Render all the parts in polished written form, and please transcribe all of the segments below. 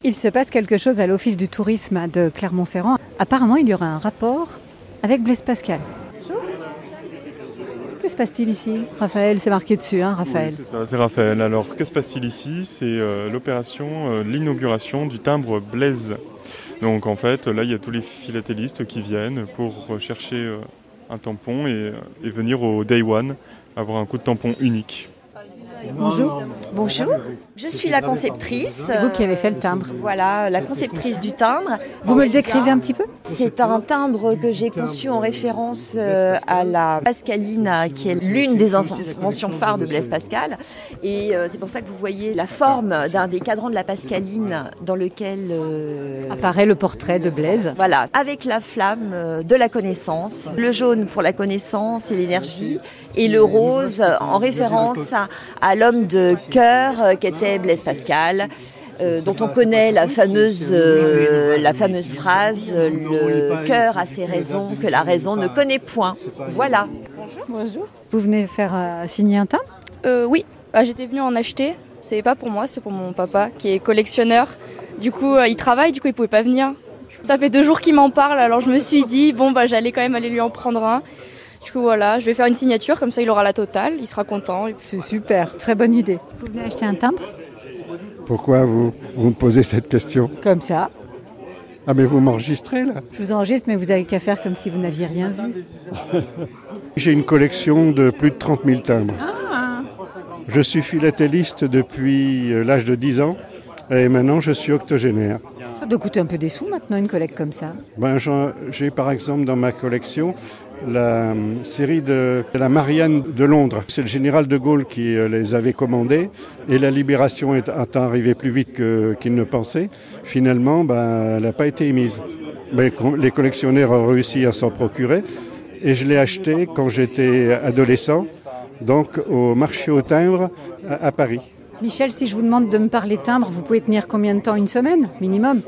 Il se passe quelque chose à l'Office du tourisme de Clermont-Ferrand. Apparemment, il y aura un rapport avec Blaise Pascal. Que se passe-t-il ici? Raphaël, c'est marqué dessus, hein, Raphaël. Oui, c'est ça, c'est Raphaël. Alors, que se passe-t-il ici? C'est l'inauguration du timbre Blaise. Donc, en fait, là, il y a tous les philatélistes qui viennent pour chercher un tampon et venir au Day One, avoir un coup de tampon unique. Bonjour. Bonjour, je suis la conceptrice. C'est vous qui avez fait le timbre. Voilà, la conceptrice du timbre. Vous me le décrivez un petit peu? C'est un timbre que j'ai conçu en référence à la pascaline, qui est l'une des inventions phares de Blaise Pascal. Et c'est pour ça que vous voyez la forme d'un des cadrans de la pascaline dans lequel apparaît le portrait de Blaise. Voilà, avec la flamme de la connaissance. Le jaune pour la connaissance et l'énergie. Et le rose en référence à l'homme de cœur qu'était Blaise Pascal, dont on connaît la fameuse phrase « Le cœur a ses raisons que la raison ne connaît point ». Voilà. Bonjour. Vous venez faire signer un timbre? Oui, j'étais venue en acheter. C'est pas pour moi, c'est pour mon papa qui est collectionneur. Du coup, il travaille, du coup il pouvait pas venir. Ça fait 2 jours qu'il m'en parle, alors je me suis dit j'allais quand même aller lui en prendre un. Du coup voilà, je vais faire une signature, comme ça il aura la totale, il sera content. C'est super, très bonne idée. Vous venez acheter un timbre? Pourquoi vous me posez cette question? Comme ça. Ah mais vous m'enregistrez là? Je vous enregistre, mais vous avez qu'à faire comme si vous n'aviez rien vu. J'ai une collection de plus de 30 000 timbres. Je suis philatéliste depuis l'âge de 10 ans et maintenant je suis octogénaire. Ça doit coûter un peu des sous maintenant, une collecte comme ça. J'ai par exemple dans ma collection la série de la Marianne de Londres. C'est le général de Gaulle qui les avait commandées et la libération étant arrivée plus vite qu'il ne pensait, finalement elle n'a pas été émise. Mais les collectionneurs ont réussi à s'en procurer et je l'ai acheté quand j'étais adolescent, donc au marché aux timbres à Paris. Michel, si je vous demande de me parler timbre, vous pouvez tenir combien de temps? Une semaine minimum?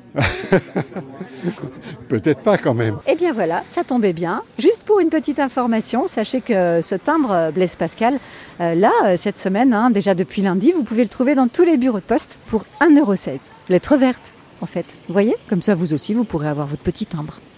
Peut-être pas quand même. Eh bien voilà, ça tombait bien. Juste pour une petite information, sachez que ce timbre Blaise Pascal, cette semaine, déjà depuis lundi, vous pouvez le trouver dans tous les bureaux de poste pour 1,16 €. Lettre verte, en fait. Vous voyez? Comme ça, vous aussi, vous pourrez avoir votre petit timbre.